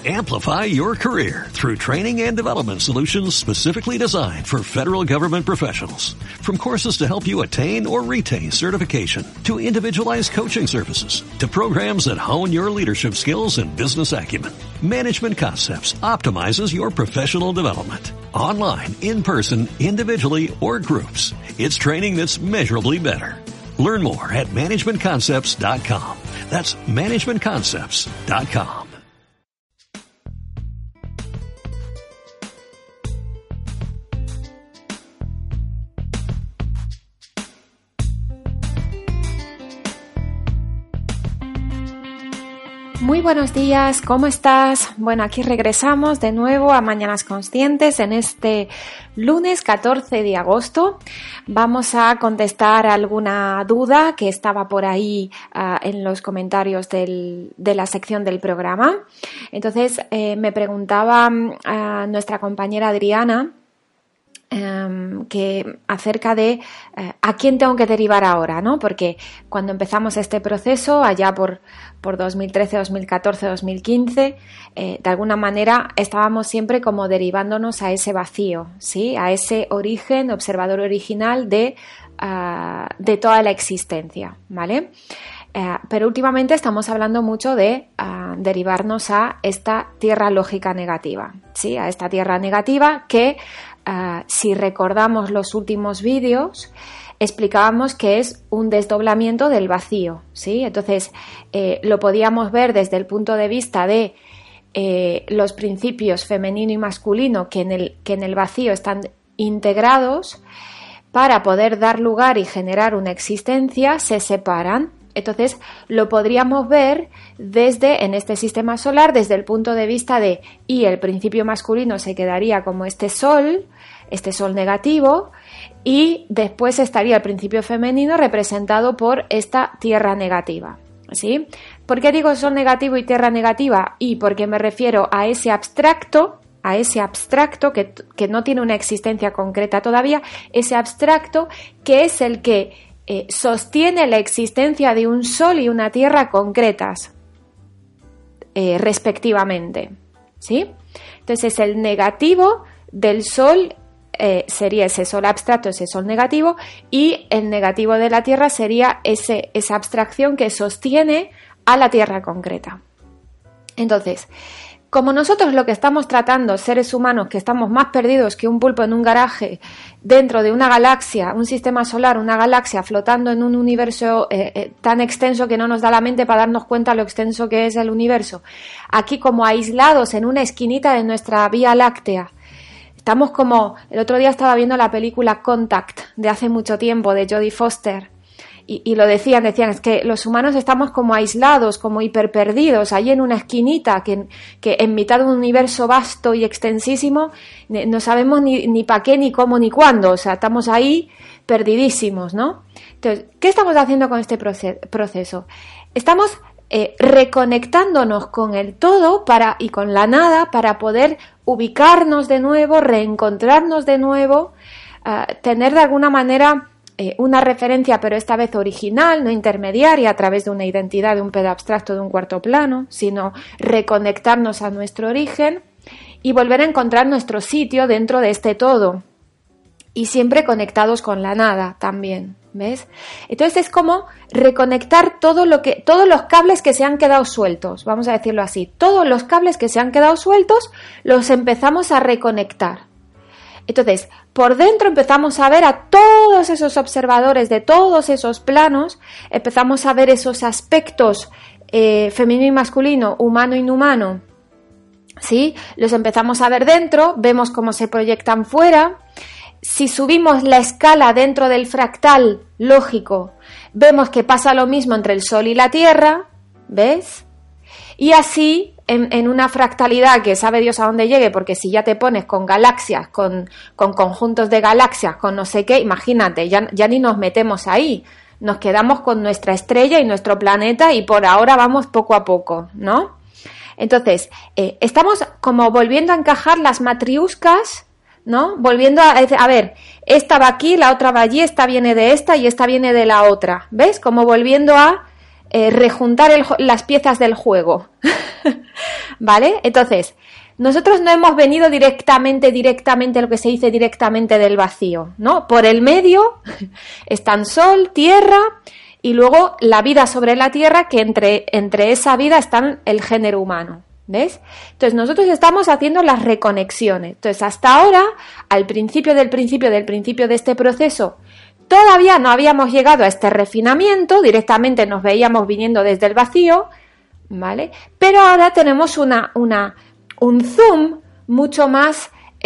Amplify your career through training and development solutions specifically designed for federal government professionals. From courses to help you attain or retain certification, to individualized coaching services, to programs that hone your leadership skills and business acumen, Management Concepts optimizes your professional development. Online, in person, individually, or groups, it's training that's measurably better. Learn more at managementconcepts.com. That's managementconcepts.com. Muy buenos días, ¿cómo estás? Bueno, aquí regresamos de nuevo a Mañanas Conscientes en este lunes 14 de agosto. Vamos a contestar alguna duda que estaba por ahí en los comentarios de la sección del programa. Entonces, me preguntaba nuestra compañera Adriana que acerca de a quién tengo que derivar ahora, ¿no? Porque cuando empezamos este proceso, allá por 2013, 2014, 2015, de alguna manera estábamos siempre como derivándonos a ese vacío, ¿sí? A ese origen, observador original de toda la existencia, ¿vale? Pero últimamente estamos hablando mucho de derivarnos a esta tierra lógica negativa, ¿sí? A esta tierra negativa que si recordamos los últimos vídeos, explicábamos que es un desdoblamiento del vacío, ¿sí? Entonces, lo podíamos ver desde el punto de vista de los principios femenino y masculino que en el vacío están integrados para poder dar lugar y generar una existencia, se separan. Entonces, lo podríamos ver en este sistema solar, desde el punto de vista y el principio masculino se quedaría como este sol negativo, y después estaría el principio femenino representado por esta tierra negativa, ¿sí? ¿Por qué digo sol negativo y tierra negativa? Y porque me refiero a ese abstracto que no tiene una existencia concreta todavía, ese abstracto que es el que sostiene la existencia de un sol y una tierra concretas, respectivamente, ¿sí? Entonces el negativo del sol sería ese sol abstracto, ese sol negativo, y el negativo de la tierra sería esa abstracción que sostiene a la tierra concreta. Entonces, como nosotros lo que estamos tratando, seres humanos que estamos más perdidos que un pulpo en un garaje, dentro de una galaxia, un sistema solar, una galaxia flotando en un universo tan extenso que no nos da la mente para darnos cuenta lo extenso que es el universo, aquí como aislados en una esquinita de nuestra Vía Láctea, estamos como, el otro día estaba viendo la película Contact de hace mucho tiempo de Jodie Foster, y lo decían, es que los humanos estamos como aislados, como hiperperdidos, ahí en una esquinita, que en mitad de un universo vasto y extensísimo, no sabemos ni para qué, ni cómo, ni cuándo, o sea, estamos ahí perdidísimos, ¿no? Entonces, ¿qué estamos haciendo con este proceso? Estamos reconectándonos con el todo y con la nada para poder ubicarnos de nuevo, reencontrarnos de nuevo, tener de alguna manera una referencia, pero esta vez original, no intermediaria, a través de una identidad, de un pedo abstracto, de un cuarto plano, sino reconectarnos a nuestro origen y volver a encontrar nuestro sitio dentro de este todo, y siempre conectados con la nada también, ¿ves? Entonces es como reconectar todos los cables que se han quedado sueltos, vamos a decirlo así, todos los cables que se han quedado sueltos los empezamos a reconectar. Entonces, por dentro empezamos a ver a todos esos observadores de todos esos planos, empezamos a ver esos aspectos femenino y masculino, humano e inhumano, ¿sí? Los empezamos a ver dentro, vemos cómo se proyectan fuera. Si subimos la escala dentro del fractal lógico, vemos que pasa lo mismo entre el Sol y la Tierra, ¿ves? Y así, en una fractalidad que sabe Dios a dónde llegue, porque si ya te pones con galaxias, con conjuntos de galaxias, con no sé qué, imagínate, ya ni nos metemos ahí, nos quedamos con nuestra estrella y nuestro planeta y por ahora vamos poco a poco, ¿no? Entonces, estamos como volviendo a encajar las matriuscas, ¿no? Volviendo a ver, esta va aquí, la otra va allí, esta viene de esta y esta viene de la otra, ¿ves? Como volviendo a rejuntar las piezas del juego. ¿Vale? Entonces, nosotros no hemos venido directamente, lo que se dice directamente del vacío, ¿no? Por el medio están Sol, Tierra y luego la vida sobre la Tierra, que entre esa vida están el género humano. ¿Ves? Entonces nosotros estamos haciendo las reconexiones. Entonces hasta ahora, al principio del principio de este proceso, todavía no habíamos llegado a este refinamiento, directamente nos veíamos viniendo desde el vacío, ¿vale? Pero ahora tenemos un zoom mucho más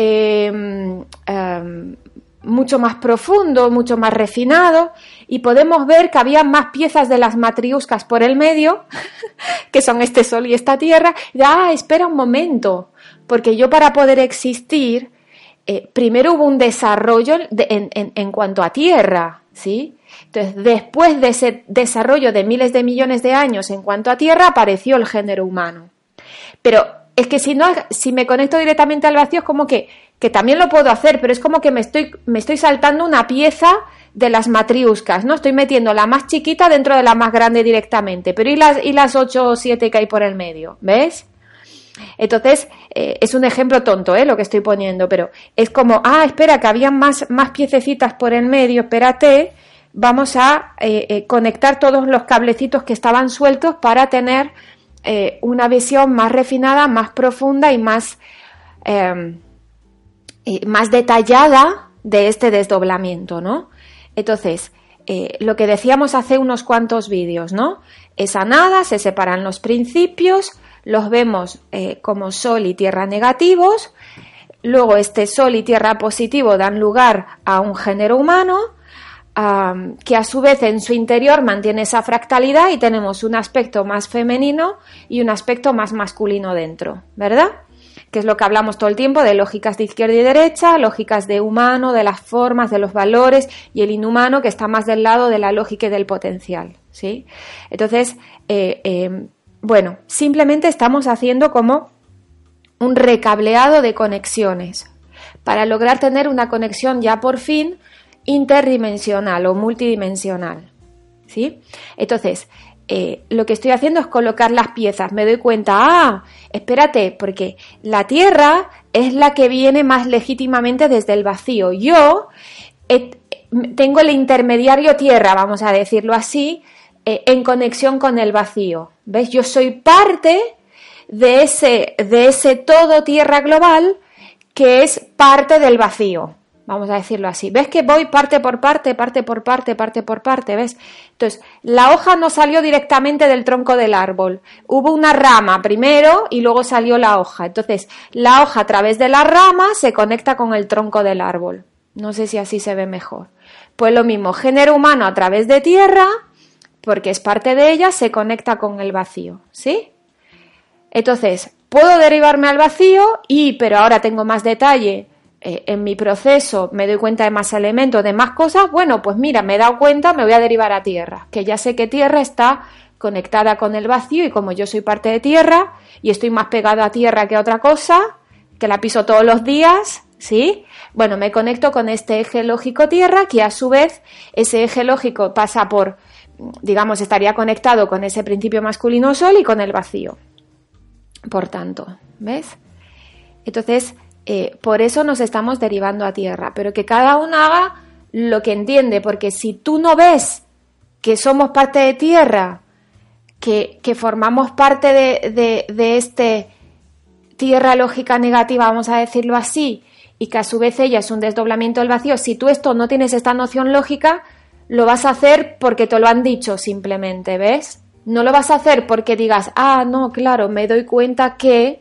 profundo, mucho más refinado, y podemos ver que había más piezas de las matriuscas por el medio, que son este Sol y esta Tierra. Y espera un momento, porque yo para poder existir, primero hubo un desarrollo en cuanto a Tierra, ¿sí? Entonces, después de ese desarrollo de miles de millones de años en cuanto a Tierra, apareció el género humano. Pero es que si me conecto directamente al vacío, es como que también lo puedo hacer, pero es como que me estoy saltando una pieza de las matriuscas, ¿no? Estoy metiendo la más chiquita dentro de la más grande directamente, pero ¿y las 8 o 7 que hay por el medio? ¿Ves? Entonces, es un ejemplo tonto, lo que estoy poniendo, pero es como, espera, que había más piececitas por el medio, espérate, vamos a conectar todos los cablecitos que estaban sueltos para tener una visión más refinada, más profunda y más detallada de este desdoblamiento, ¿no? Entonces, lo que decíamos hace unos cuantos vídeos, ¿no? Esa nada, se separan los principios, los vemos como Sol y Tierra negativos, luego este Sol y Tierra positivo dan lugar a un género humano, que a su vez en su interior mantiene esa fractalidad y tenemos un aspecto más femenino y un aspecto más masculino dentro, ¿verdad? Que es lo que hablamos todo el tiempo de lógicas de izquierda y derecha, lógicas de humano, de las formas, de los valores, y el inhumano que está más del lado de la lógica y del potencial, ¿sí? Entonces, bueno, simplemente estamos haciendo como un recableado de conexiones para lograr tener una conexión ya por fin interdimensional o multidimensional, ¿sí? Entonces, lo que estoy haciendo es colocar las piezas. Me doy cuenta, espérate, porque la Tierra es la que viene más legítimamente desde el vacío. Yo tengo el intermediario Tierra, vamos a decirlo así, en conexión con el vacío. ¿Ves? Yo soy parte de ese todo Tierra global que es parte del vacío. Vamos a decirlo así. ¿Ves que voy parte por parte, ¿ves? Entonces, la hoja no salió directamente del tronco del árbol. Hubo una rama primero y luego salió la hoja. Entonces, la hoja a través de la rama se conecta con el tronco del árbol. No sé si así se ve mejor. Pues lo mismo, género humano a través de Tierra, porque es parte de ella, se conecta con el vacío, ¿sí? Entonces, puedo derivarme al vacío pero ahora tengo más detalle. En mi proceso me doy cuenta de más elementos, de más cosas, bueno, pues mira, me he dado cuenta, me voy a derivar a Tierra, que ya sé que Tierra está conectada con el vacío y como yo soy parte de Tierra y estoy más pegado a Tierra que a otra cosa, que la piso todos los días, ¿sí? Bueno, me conecto con este eje lógico Tierra, que a su vez ese eje lógico pasa por, digamos, estaría conectado con ese principio masculino Sol y con el vacío. Por tanto, ¿ves? Entonces, por eso nos estamos derivando a Tierra, pero que cada uno haga lo que entiende, porque si tú no ves que somos parte de Tierra, que formamos parte de este Tierra lógica negativa, vamos a decirlo así, y que a su vez ella es un desdoblamiento del vacío, si tú no tienes esta noción lógica, lo vas a hacer porque te lo han dicho simplemente, ¿ves? No lo vas a hacer porque digas, no, claro, me doy cuenta que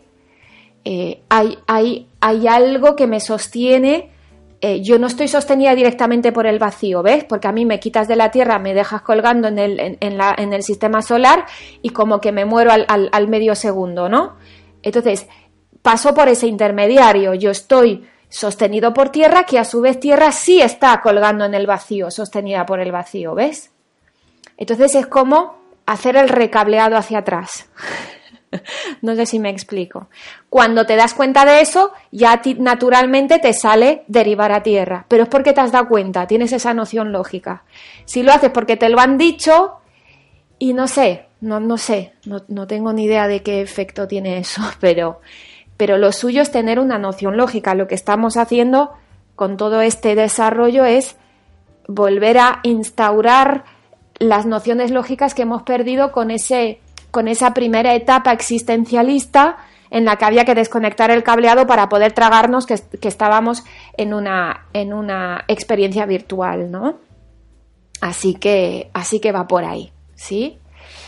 hay algo que me sostiene, yo no estoy sostenida directamente por el vacío, ¿ves? Porque a mí me quitas de la Tierra, me dejas colgando en el sistema solar y como que me muero al medio segundo, ¿no? Entonces, paso por ese intermediario, yo estoy sostenido por Tierra, que a su vez Tierra sí está colgando en el vacío, sostenida por el vacío, ¿ves? Entonces es como hacer el recableado hacia atrás. No sé si me explico. Cuando te das cuenta de eso, ya naturalmente te sale derivar a Tierra, pero es porque te has dado cuenta, tienes esa noción lógica. Si lo haces porque te lo han dicho Y no sé, no tengo ni idea de qué efecto tiene eso, pero lo suyo es tener una noción lógica. Lo que estamos haciendo con todo este desarrollo es volver a instaurar las nociones lógicas que hemos perdido con esa primera etapa existencialista en la que había que desconectar el cableado para poder tragarnos que estábamos en una experiencia virtual, ¿no? Así que va por ahí, ¿sí?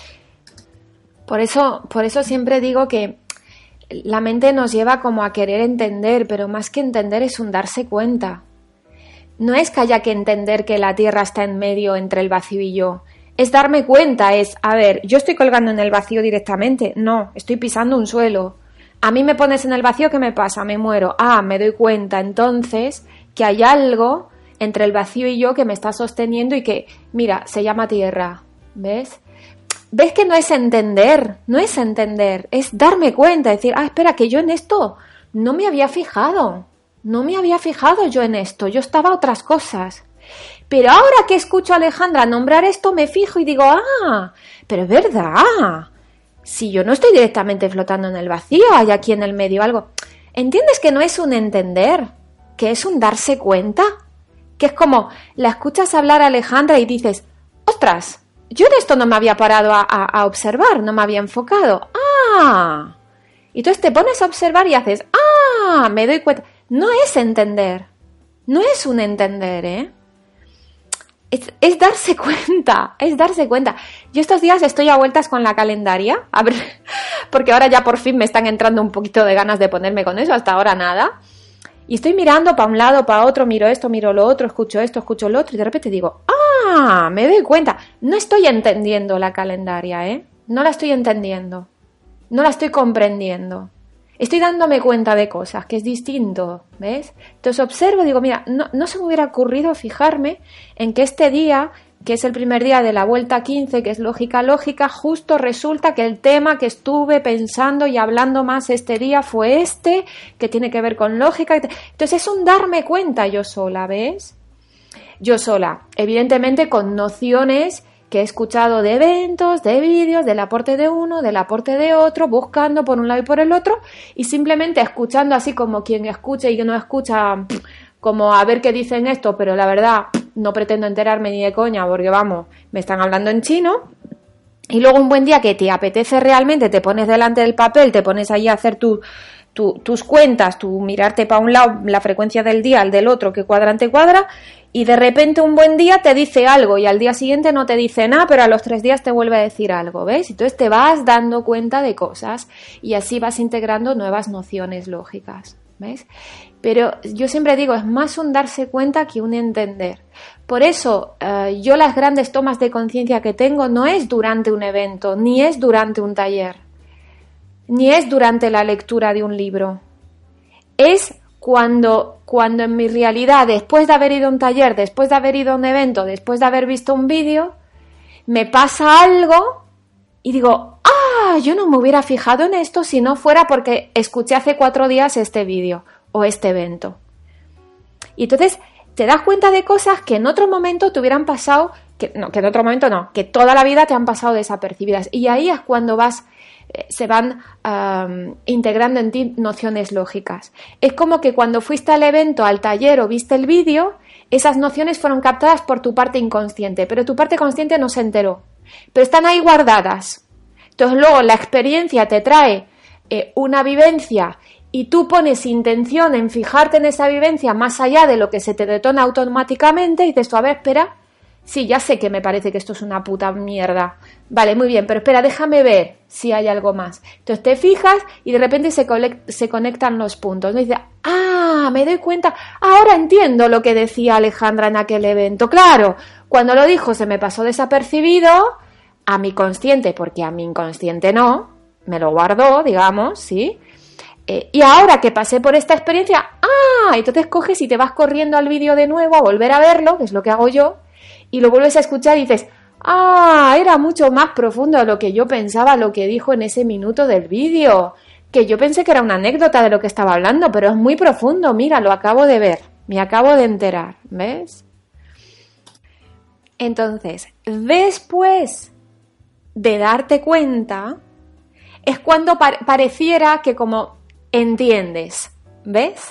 Por eso siempre digo que la mente nos lleva como a querer entender, pero más que entender es un darse cuenta. No es que haya que entender que la Tierra está en medio entre el vacío y yo. Es darme cuenta, a ver, ¿yo estoy colgando en el vacío directamente? No, estoy pisando un suelo. A mí me pones en el vacío, ¿qué me pasa? Me muero. Me doy cuenta entonces que hay algo entre el vacío y yo que me está sosteniendo y que, mira, se llama Tierra. ¿Ves? ¿Ves que no es entender? No es entender, es darme cuenta, decir, espera, que yo en esto no me había fijado. No me había fijado yo en esto, yo estaba a otras cosas. Pero ahora que escucho a Alejandra nombrar esto, me fijo y digo, pero es verdad. Si yo no estoy directamente flotando en el vacío, hay aquí en el medio algo. ¿Entiendes que no es un entender? ¿Que es un darse cuenta? Que es como, la escuchas hablar a Alejandra y dices, ¡ostras! Yo en esto no me había parado a observar, no me había enfocado. Y entonces te pones a observar y haces, me doy cuenta. No es entender, no es un entender, ¿eh? Es darse cuenta, es darse cuenta. Yo estos días estoy a vueltas con la calendaria, a ver, porque ahora ya por fin me están entrando un poquito de ganas de ponerme con eso, hasta ahora nada. Y estoy mirando para un lado, para otro, miro esto, miro lo otro, escucho esto, escucho lo otro, y de repente digo, me doy cuenta. No estoy entendiendo la calendaria, ¿eh? No la estoy entendiendo, no la estoy comprendiendo. Estoy dándome cuenta de cosas, que es distinto, ¿ves? Entonces observo y digo, mira, no se me hubiera ocurrido fijarme en que este día, que es el primer día de la vuelta 15, que es lógica, justo resulta que el tema que estuve pensando y hablando más este día fue que tiene que ver con lógica. Entonces es un darme cuenta yo sola, ¿ves? Yo sola, evidentemente con nociones que he escuchado de eventos, de vídeos, del aporte de uno, del aporte de otro, buscando por un lado y por el otro, y simplemente escuchando así como quien escucha y que no escucha, como a ver qué dicen esto, pero la verdad no pretendo enterarme ni de coña, porque vamos, me están hablando en chino. Y luego un buen día que te apetece realmente, te pones delante del papel, te pones ahí a hacer tus cuentas, mirarte para un lado la frecuencia del día, al del otro, qué cuadrante cuadra, y de repente un buen día te dice algo y al día siguiente no te dice nada, pero a los 3 días te vuelve a decir algo, ¿ves? Entonces te vas dando cuenta de cosas y así vas integrando nuevas nociones lógicas, ¿ves? Pero yo siempre digo, es más un darse cuenta que un entender. Por eso yo las grandes tomas de conciencia que tengo no es durante un evento, ni es durante un taller, ni es durante la lectura de un libro. Es cuando en mi realidad, después de haber ido a un taller, después de haber ido a un evento, después de haber visto un vídeo, me pasa algo y digo, yo no me hubiera fijado en esto si no fuera porque escuché hace 4 días este vídeo o este evento. Y entonces te das cuenta de cosas que en otro momento te hubieran pasado, que en otro momento no, que toda la vida te han pasado desapercibidas. Y ahí es cuando se van integrando en ti nociones lógicas. Es como que cuando fuiste al evento, al taller o viste el vídeo, esas nociones fueron captadas por tu parte inconsciente, pero tu parte consciente no se enteró. Pero están ahí guardadas. Entonces luego la experiencia te trae una vivencia y tú pones intención en fijarte en esa vivencia más allá de lo que se te detona automáticamente y dices tú, a ver, espera, sí, ya sé que me parece que esto es una puta mierda. Vale, muy bien, pero espera, déjame ver si hay algo más. Entonces te fijas y de repente se conectan los puntos. ¿No? Y dices, me doy cuenta, ahora entiendo lo que decía Alejandra en aquel evento. Claro, cuando lo dijo se me pasó desapercibido a mi consciente, porque a mi inconsciente no, me lo guardó, digamos, ¿sí? Y ahora que pasé por esta experiencia, entonces coges y te vas corriendo al vídeo de nuevo a volver a verlo, que es lo que hago yo, y lo vuelves a escuchar y dices, era mucho más profundo de lo que yo pensaba, lo que dijo en ese minuto del vídeo, que yo pensé que era una anécdota de lo que estaba hablando, pero es muy profundo, mira, lo acabo de ver, me acabo de enterar, ¿ves? Entonces, después de darte cuenta es cuando pareciera que como entiendes, ¿ves?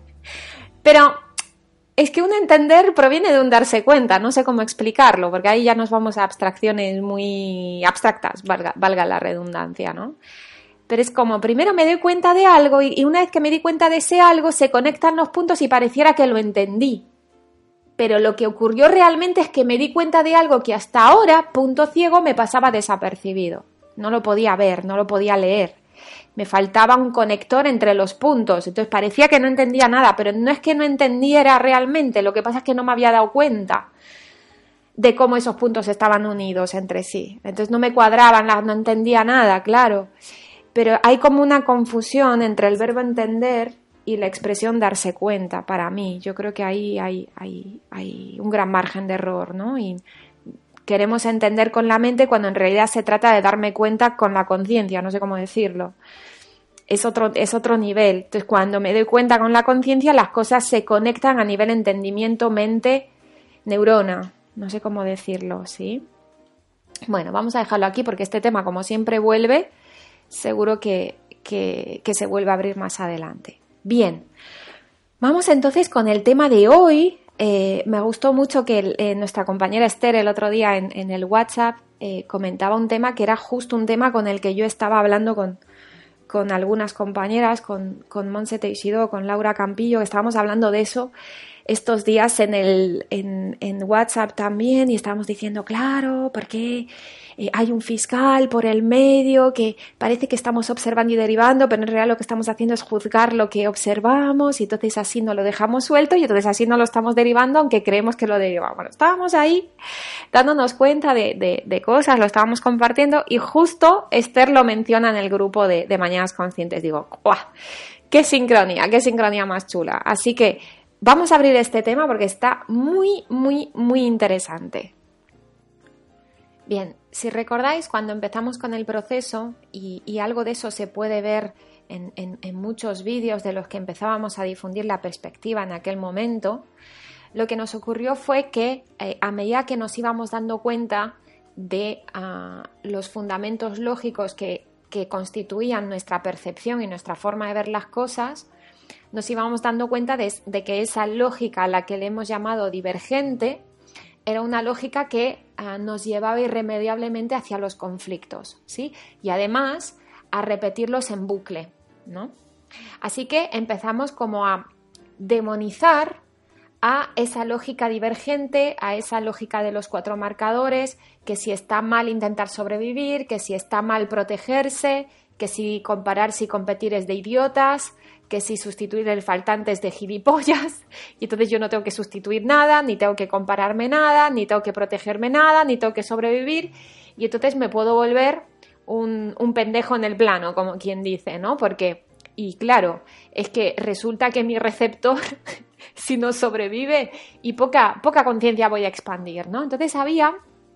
Pero es que un entender proviene de un darse cuenta, no sé cómo explicarlo, porque ahí ya nos vamos a abstracciones muy abstractas, valga la redundancia, ¿no? Pero es como, primero me doy cuenta de algo y una vez que me di cuenta de ese algo, se conectan los puntos y pareciera que lo entendí. Pero lo que ocurrió realmente es que me di cuenta de algo que hasta ahora, punto ciego, me pasaba desapercibido. No lo podía ver, no lo podía leer. Me faltaba un conector entre los puntos, entonces parecía que no entendía nada, pero no es que no entendiera realmente, lo que pasa es que no me había dado cuenta de cómo esos puntos estaban unidos entre sí. Entonces no me cuadraban, no entendía nada, claro. Pero hay como una confusión entre el verbo entender y la expresión darse cuenta, para mí. Yo creo que ahí hay un gran margen de error, ¿no? Y queremos entender con la mente cuando en realidad se trata de darme cuenta con la conciencia, no sé cómo decirlo. Es otro nivel. Entonces, cuando me doy cuenta con la conciencia, las cosas se conectan a nivel entendimiento, mente, neurona. No sé cómo decirlo, ¿sí? Bueno, vamos a dejarlo aquí porque este tema, como siempre, vuelve. Seguro que se vuelve a abrir más adelante. Bien, vamos entonces con el tema de hoy. Me gustó mucho que nuestra compañera Esther el otro día en el WhatsApp comentaba un tema que era justo un tema con el que yo estaba hablando con algunas compañeras, con Montse Teixidó, con Laura Campillo, que estábamos hablando de eso estos días en WhatsApp también, y estábamos diciendo, claro, porque hay un fiscal por el medio que parece que estamos observando y derivando, pero en realidad lo que estamos haciendo es juzgar lo que observamos, y entonces así no lo dejamos suelto y entonces así no lo estamos derivando, aunque creemos que lo derivamos. Bueno, estábamos ahí dándonos cuenta de cosas, lo estábamos compartiendo, y justo Esther lo menciona en el grupo de Mañanas Conscientes. Digo, ¡guau! ¡Qué sincronía más chula! Así que vamos a abrir este tema porque está muy, muy, muy interesante. Bien, si recordáis, cuando empezamos con el proceso, y algo de eso se puede ver en muchos vídeos de los que empezábamos a difundir la perspectiva en aquel momento, lo que nos ocurrió fue que a medida que nos íbamos dando cuenta de los fundamentos lógicos que constituían nuestra percepción y nuestra forma de ver las cosas, nos íbamos dando cuenta de que esa lógica a la que le hemos llamado divergente era una lógica que nos llevaba irremediablemente hacia los conflictos, ¿sí? Y además a repetirlos en bucle, ¿no? Así que empezamos como a demonizar a esa lógica divergente, a esa lógica de los 4 marcadores, que si está mal intentar sobrevivir, que si está mal protegerse, que si compararse y competir es de idiotas, que si sustituir el faltante es de gilipollas, y entonces yo no tengo que sustituir nada, ni tengo que compararme nada, ni tengo que protegerme nada, ni tengo que sobrevivir, y entonces me puedo volver un pendejo en el plano, como quien dice, ¿no? Porque, y claro, es que resulta que mi receptor, si no sobrevive, y poca conciencia voy a expandir, ¿no? Entonces había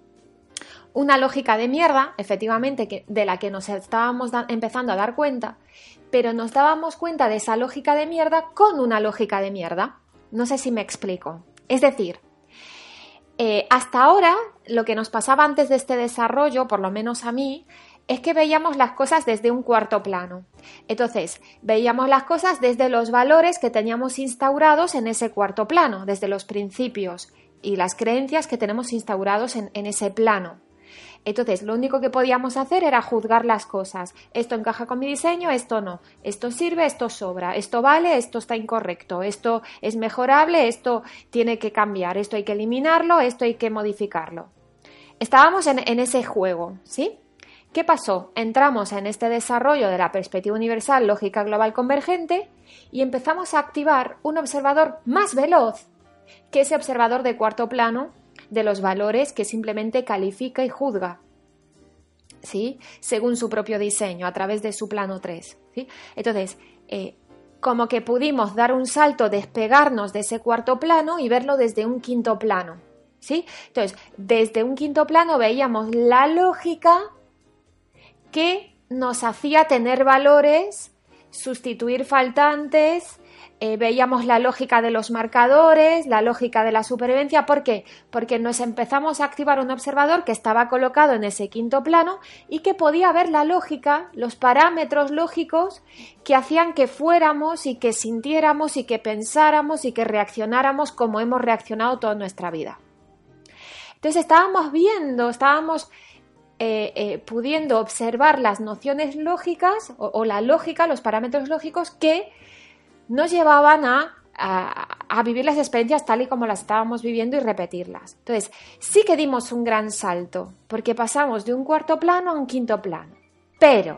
una lógica de mierda, efectivamente, de la que nos estábamos empezando a dar cuenta, pero nos dábamos cuenta de esa lógica de mierda con una lógica de mierda. No sé si me explico. Es decir, hasta ahora lo que nos pasaba antes de este desarrollo, por lo menos a mí, es que veíamos las cosas desde un cuarto plano. Entonces, veíamos las cosas desde los valores que teníamos instaurados en ese cuarto plano, desde los principios y las creencias que tenemos instaurados en ese plano. Entonces, lo único que podíamos hacer era juzgar las cosas. Esto encaja con mi diseño, esto no. Esto sirve, esto sobra. Esto vale, esto está incorrecto. Esto es mejorable, esto tiene que cambiar. Esto hay que eliminarlo, esto hay que modificarlo. Estábamos en ese juego, ¿sí? ¿Qué pasó? Entramos en este desarrollo de la perspectiva universal, lógica global convergente, y empezamos a activar un observador más veloz que ese observador de cuarto plano de los valores que simplemente califica y juzga, ¿sí? Según su propio diseño, a través de su plano 3, ¿sí? Entonces, como que pudimos dar un salto, despegarnos de ese cuarto plano y verlo desde un quinto plano, ¿sí? Entonces, desde un quinto plano veíamos la lógica que nos hacía tener valores sustituir faltantes, veíamos la lógica de los marcadores, la lógica de la supervivencia. ¿Por qué? Porque nos empezamos a activar un observador que estaba colocado en ese quinto plano y que podía ver la lógica, los parámetros lógicos que hacían que fuéramos y que sintiéramos y que pensáramos y que reaccionáramos como hemos reaccionado toda nuestra vida. Entonces estábamos pudiendo observar las nociones lógicas o la lógica, los parámetros lógicos que nos llevaban a vivir las experiencias tal y como las estábamos viviendo y repetirlas. Entonces, sí que dimos un gran salto, porque pasamos de un cuarto plano a un quinto plano. Pero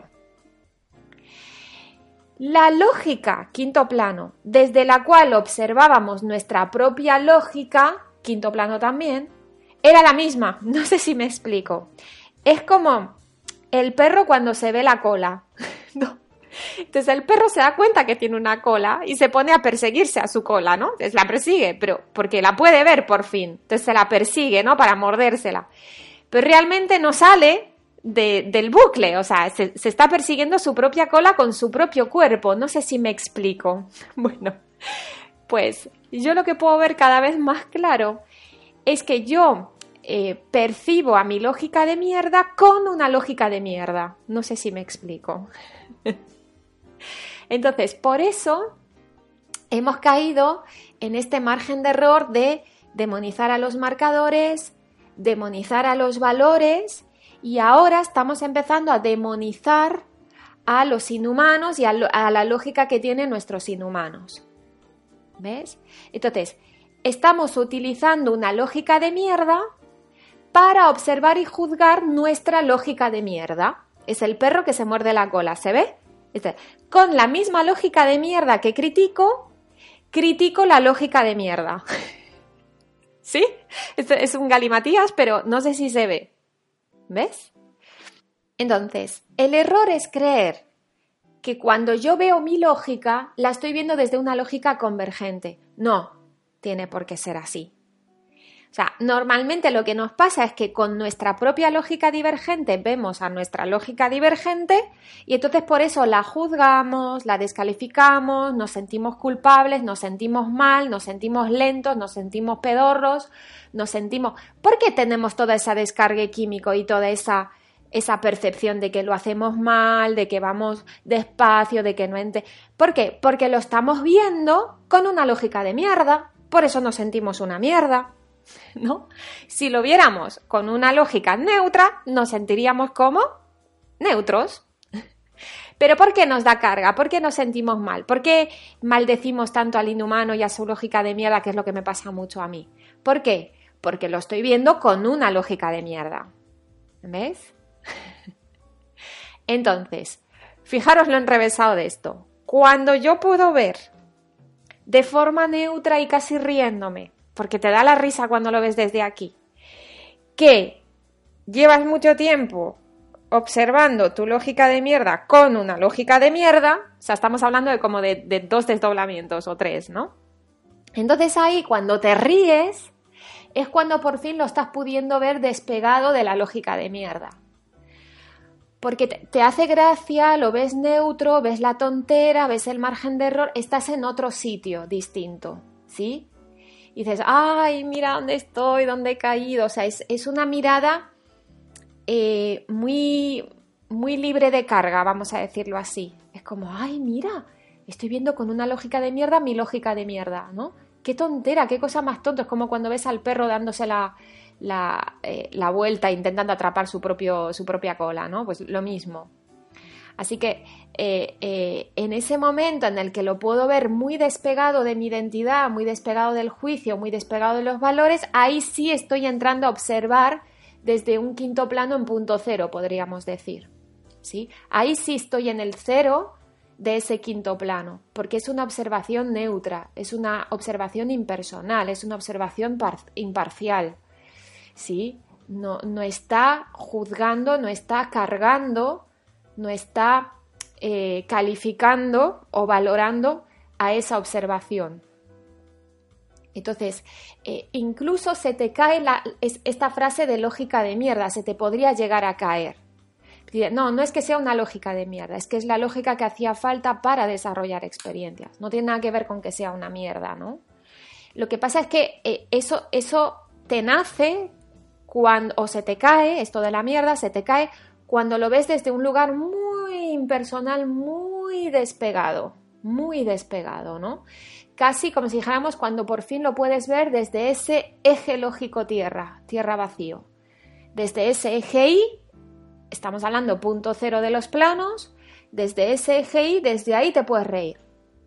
la lógica, quinto plano, desde la cual observábamos nuestra propia lógica, quinto plano también, era la misma. No sé si me explico. Es como el perro cuando se ve la cola. ¿No? Entonces el perro se da cuenta que tiene una cola y se pone a perseguirse a su cola, ¿no? Entonces la persigue, pero porque la puede ver por fin. Entonces se la persigue, ¿no? Para mordérsela. Pero realmente no sale del bucle, o sea, se está persiguiendo su propia cola con su propio cuerpo. No sé si me explico. Bueno, pues yo lo que puedo ver cada vez más claro es que yo percibo a mi lógica de mierda con una lógica de mierda. No sé si me explico. Entonces, por eso hemos caído en este margen de error de demonizar a los marcadores, demonizar a los valores, y ahora estamos empezando a demonizar a los inhumanos y a la lógica que tienen nuestros inhumanos. ¿Ves? Entonces, estamos utilizando una lógica de mierda para observar y juzgar nuestra lógica de mierda. Es el perro que se muerde la cola, ¿se ve? Con la misma lógica de mierda que critico la lógica de mierda. ¿Sí? Esto es un galimatías, pero no sé si se ve. ¿Ves? Entonces, el error es creer que cuando yo veo mi lógica, la estoy viendo desde una lógica convergente. No tiene por qué ser así. O sea, normalmente lo que nos pasa es que con nuestra propia lógica divergente vemos a nuestra lógica divergente y entonces por eso la juzgamos, la descalificamos, nos sentimos culpables, nos sentimos mal, nos sentimos lentos, nos sentimos pedorros, nos sentimos... ¿Por qué tenemos toda esa descargue químico y toda esa percepción de que lo hacemos mal, de que vamos despacio, de que no... ¿Por qué? Porque lo estamos viendo con una lógica de mierda, por eso nos sentimos una mierda. ¿No? Si lo viéramos con una lógica neutra, nos sentiríamos como neutros. ¿Pero por qué nos da carga? ¿Por qué nos sentimos mal? ¿Por qué maldecimos tanto al inhumano y a su lógica de mierda, que es lo que me pasa mucho a mí? ¿Por qué? Porque lo estoy viendo con una lógica de mierda. ¿Ves? Entonces, fijaros lo enrevesado de esto. Cuando yo puedo ver de forma neutra y casi riéndome, porque te da la risa cuando lo ves desde aquí, que llevas mucho tiempo observando tu lógica de mierda con una lógica de mierda, o sea, estamos hablando de como de 2 desdoblamientos o 3, ¿no? Entonces ahí, cuando te ríes, es cuando por fin lo estás pudiendo ver despegado de la lógica de mierda. Porque te hace gracia, lo ves neutro, ves la tontera, ves el margen de error, estás en otro sitio distinto, ¿sí? Y dices, ay, mira dónde estoy, dónde he caído. O sea, es una mirada muy, muy libre de carga, vamos a decirlo así. Es como, ay, mira, estoy viendo con una lógica de mierda mi lógica de mierda, ¿no? Qué tontera, qué cosa más tonta. Es como cuando ves al perro dándose la vuelta intentando atrapar su propia cola, ¿no? Pues lo mismo. Así que en ese momento en el que lo puedo ver muy despegado de mi identidad, muy despegado del juicio, muy despegado de los valores, ahí sí estoy entrando a observar desde un quinto plano en punto cero, podríamos decir, ¿sí? Ahí sí estoy en el cero de ese quinto plano, porque es una observación neutra, es una observación impersonal, es una observación imparcial, ¿sí? No está juzgando, no está cargando, no está calificando o valorando a esa observación. Entonces, incluso se te cae esta frase de lógica de mierda, se te podría llegar a caer. No, no es que sea una lógica de mierda, es que es la lógica que hacía falta para desarrollar experiencias. No tiene nada que ver con que sea una mierda, ¿no? Lo que pasa es que eso te nace cuando, o se te cae, esto de la mierda, se te cae cuando lo ves desde un lugar muy impersonal, muy despegado, ¿no? Casi como si dijéramos cuando por fin lo puedes ver desde ese eje lógico tierra vacío. Desde ese eje Y, estamos hablando punto cero de los planos, desde ese eje Y, desde ahí te puedes reír.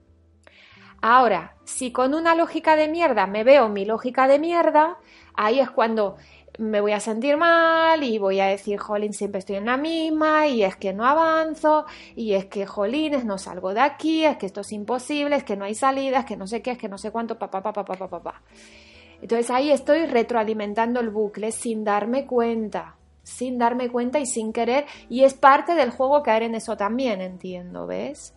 Ahora, si con una lógica de mierda me veo mi lógica de mierda, ahí es cuando me voy a sentir mal y voy a decir, jolín, siempre estoy en la misma y es que no avanzo y es que, jolines, no salgo de aquí, es que esto es imposible, es que no hay salida, es que no sé qué, es que no sé cuánto, pa. Entonces ahí estoy retroalimentando el bucle sin darme cuenta y sin querer, y es parte del juego caer en eso también, entiendo, ¿ves?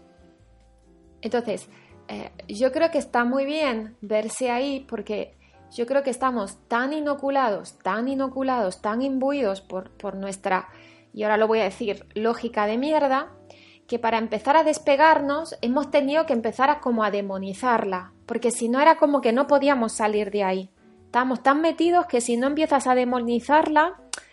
Entonces, yo creo que está muy bien verse ahí porque yo creo que estamos tan inoculados, tan imbuidos por nuestra, y ahora lo voy a decir, lógica de mierda, que para empezar a despegarnos hemos tenido que empezar a demonizarla, porque si no era como que no podíamos salir de ahí. Estamos tan metidos que si no empiezas a demonizarla,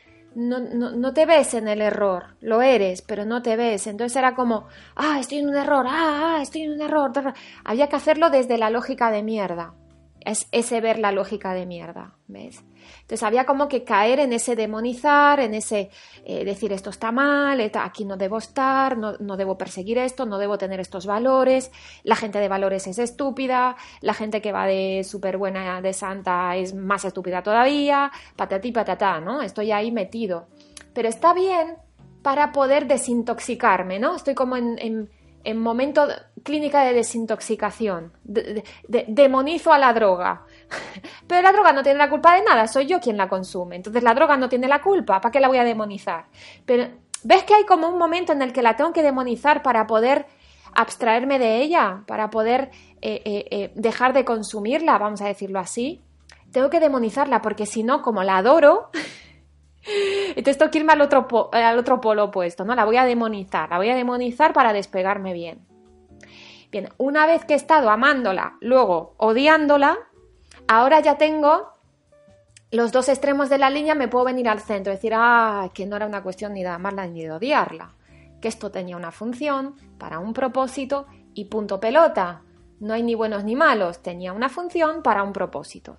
no te ves en el error, lo eres, pero no te ves. Entonces era como, estoy en un error, estoy en un error. Había que hacerlo desde la lógica de mierda. Es ese ver la lógica de mierda, ¿ves? Entonces había como que caer en ese demonizar, en ese decir esto está mal, aquí no debo estar, no debo perseguir esto, no debo tener estos valores, la gente de valores es estúpida, la gente que va de súper buena, de santa, es más estúpida todavía, patatí patatá, ¿no? Estoy ahí metido. Pero está bien para poder desintoxicarme, ¿no? Estoy como en momento clínica de desintoxicación, demonizo a la droga, pero la droga no tiene la culpa de nada, soy yo quien la consume, entonces la droga no tiene la culpa, ¿para qué la voy a demonizar? Pero ves que hay como un momento en el que la tengo que demonizar para poder abstraerme de ella, para poder dejar de consumirla, vamos a decirlo así. Tengo que demonizarla porque si no, como la adoro, entonces tengo que irme al otro polo opuesto, ¿no? La voy a demonizar para despegarme bien. Bien, una vez que he estado amándola, luego odiándola, ahora ya tengo los dos extremos de la línea, me puedo venir al centro y decir, que no era una cuestión ni de amarla ni de odiarla, que esto tenía una función para un propósito y punto pelota. No hay ni buenos ni malos, tenía una función para un propósito,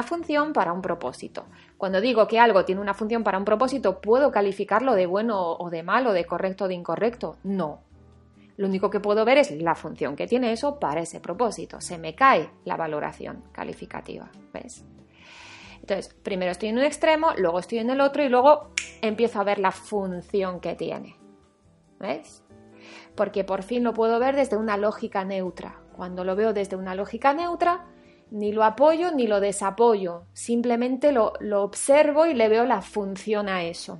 Cuando digo que algo tiene una función para un propósito, ¿puedo calificarlo de bueno o de malo, de correcto o de incorrecto? No. Lo único que puedo ver es la función que tiene eso para ese propósito. Se me cae la valoración calificativa, ¿ves? Entonces, primero estoy en un extremo, luego estoy en el otro y luego empiezo a ver la función que tiene, ¿ves? Porque por fin lo puedo ver desde una lógica neutra. Cuando lo veo desde una lógica neutra, ni lo apoyo ni lo desapoyo, simplemente lo observo y le veo la función a eso.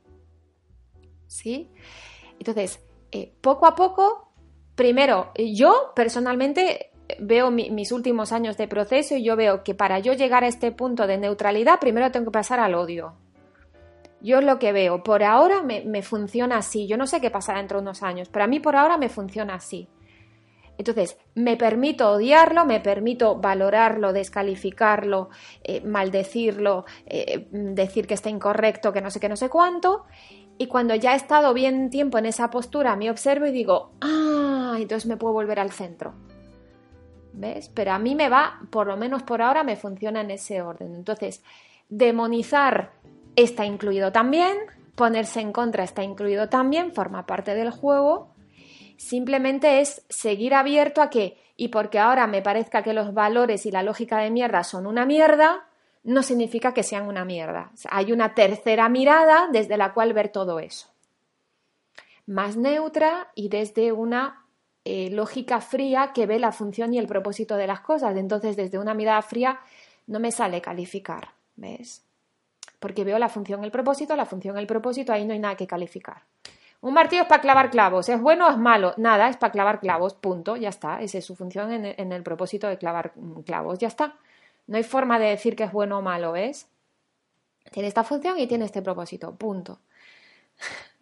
¿Sí? Entonces, poco a poco, primero, yo personalmente veo mis últimos años de proceso y yo veo que para yo llegar a este punto de neutralidad, primero tengo que pasar al odio. Yo es lo que veo. Por ahora me funciona así. Yo no sé qué pasará dentro de unos años, pero a mí por ahora me funciona así. Entonces, me permito odiarlo, me permito valorarlo, descalificarlo, maldecirlo, decir que está incorrecto, que no sé qué, no sé cuánto. Y cuando ya he estado bien tiempo en esa postura, me observo y digo, entonces me puedo volver al centro. ¿Ves? Pero a mí me va, por lo menos por ahora, me funciona en ese orden. Entonces, demonizar está incluido también, ponerse en contra está incluido también, forma parte del juego. Simplemente es seguir abierto a que, y porque ahora me parezca que los valores y la lógica de mierda son una mierda, no significa que sean una mierda. O sea, hay una tercera mirada desde la cual ver todo eso. Más neutra y desde una lógica fría que ve la función y el propósito de las cosas. Entonces, desde una mirada fría no me sale calificar, ¿ves? Porque veo la función, el propósito, ahí no hay nada que calificar. Un martillo es para clavar clavos, ¿es bueno o es malo? Nada, es para clavar clavos, punto, ya está. Esa es su función en el propósito de clavar clavos, ya está. No hay forma de decir que es bueno o malo, ¿ves? Tiene esta función y tiene este propósito, punto.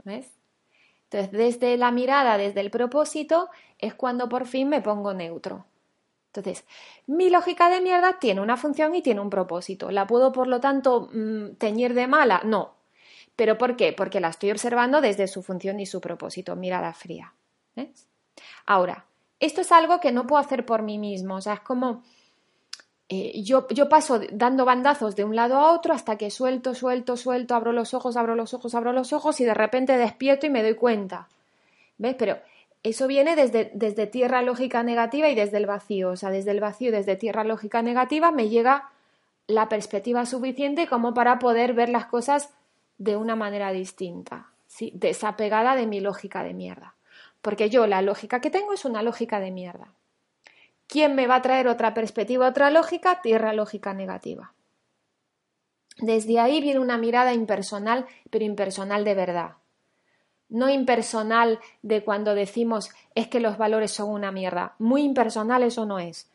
¿Ves? Entonces, desde la mirada, desde el propósito, es cuando por fin me pongo neutro. Entonces, mi lógica de mierda tiene una función y tiene un propósito. ¿La puedo, por lo tanto, teñir de mala? No. ¿Pero por qué? Porque la estoy observando desde su función y su propósito. Mirada fría. ¿Ves? Ahora, esto es algo que no puedo hacer por mí mismo. O sea, es como... yo paso dando bandazos de un lado a otro hasta que suelto, abro los ojos y de repente despierto y me doy cuenta. ¿Ves? Pero eso viene desde tierra lógica negativa y desde el vacío. O sea, desde el vacío, desde tierra lógica negativa me llega la perspectiva suficiente como para poder ver las cosas de una manera distinta, ¿sí? Desapegada de mi lógica de mierda. Porque yo la lógica que tengo es una lógica de mierda. ¿Quién me va a traer otra perspectiva, otra lógica? Tierra lógica negativa. Desde ahí viene una mirada impersonal, pero impersonal de verdad. No impersonal de cuando decimos es que los valores son una mierda. Muy impersonal eso no es.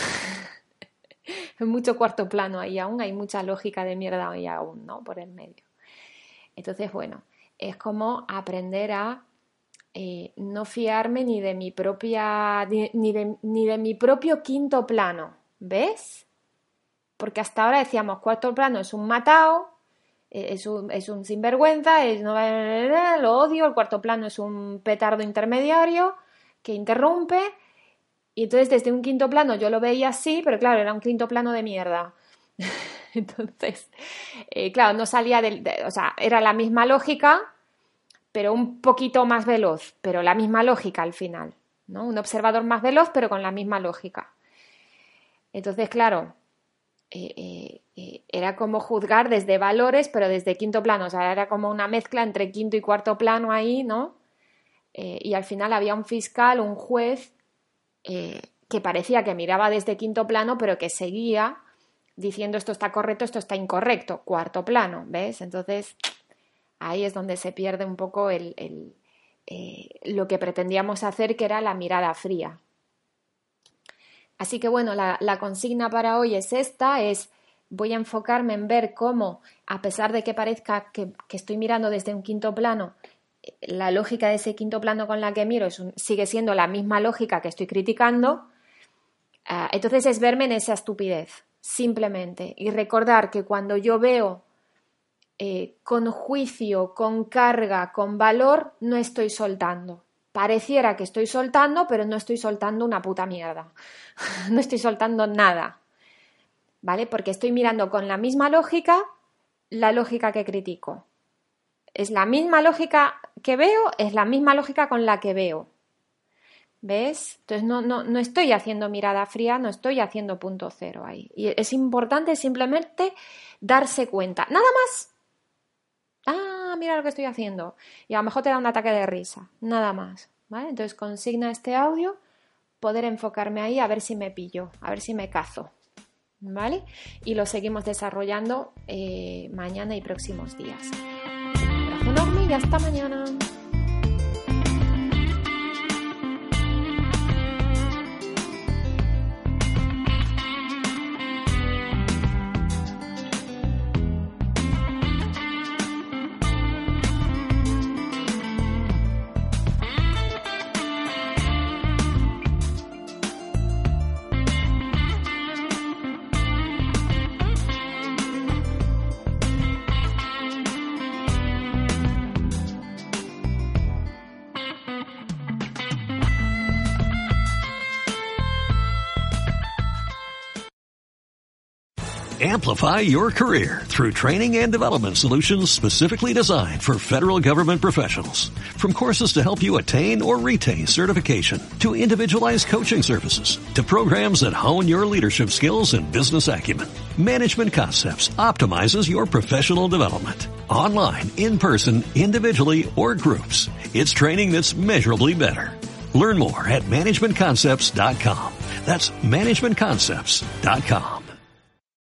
Hay mucho cuarto plano ahí aún, hay mucha lógica de mierda ahí aún, ¿no? Por el medio. Entonces, bueno, es como aprender a no fiarme ni de mi propia ni de mi propio quinto plano, ¿ves? Porque hasta ahora decíamos cuarto plano es un matao, es un sinvergüenza, lo odio, el cuarto plano es un petardo intermediario que interrumpe, y entonces desde un quinto plano yo lo veía así, pero claro, era un quinto plano de mierda. Entonces, claro, no salía o sea, era la misma lógica, pero un poquito más veloz, pero la misma lógica al final, ¿no? Un observador más veloz, pero con la misma lógica. Entonces, claro, era como juzgar desde valores, pero desde quinto plano, o sea, era como una mezcla entre quinto y cuarto plano ahí, ¿no? Y al final había un fiscal, un juez, que parecía que miraba desde quinto plano, pero que seguía diciendo esto está correcto, esto está incorrecto, cuarto plano, ¿ves? Entonces... ahí es donde se pierde un poco lo que pretendíamos hacer, que era la mirada fría. Así que bueno, la consigna para hoy es esta, voy a enfocarme en ver cómo, a pesar de que parezca que estoy mirando desde un quinto plano, la lógica de ese quinto plano con la que miro sigue siendo la misma lógica que estoy criticando. Entonces es verme en esa estupidez, simplemente, y recordar que cuando yo veo con juicio, con carga, con valor, no estoy soltando. Pareciera que estoy soltando, pero no estoy soltando una puta mierda. No estoy soltando nada, ¿vale? Porque estoy mirando con la misma lógica, la lógica que critico. Es la misma lógica que veo, es la misma lógica con la que veo. ¿Ves? Entonces no estoy haciendo mirada fría, no estoy haciendo punto cero ahí. Y es importante simplemente darse cuenta. Nada más. Mira lo que estoy haciendo. Y a lo mejor te da un ataque de risa. Nada más, ¿vale? Entonces consigna este audio, poder enfocarme ahí a ver si me pillo, a ver si me cazo, ¿vale? Y lo seguimos desarrollando mañana y próximos días. Un abrazo enorme y hasta mañana. Amplify your career through training and development solutions specifically designed for federal government professionals. From courses to help you attain or retain certification, to individualized coaching services, to programs that hone your leadership skills and business acumen, Management Concepts optimizes your professional development. Online, in person, individually, or groups, it's training that's measurably better. Learn more at managementconcepts.com. That's managementconcepts.com.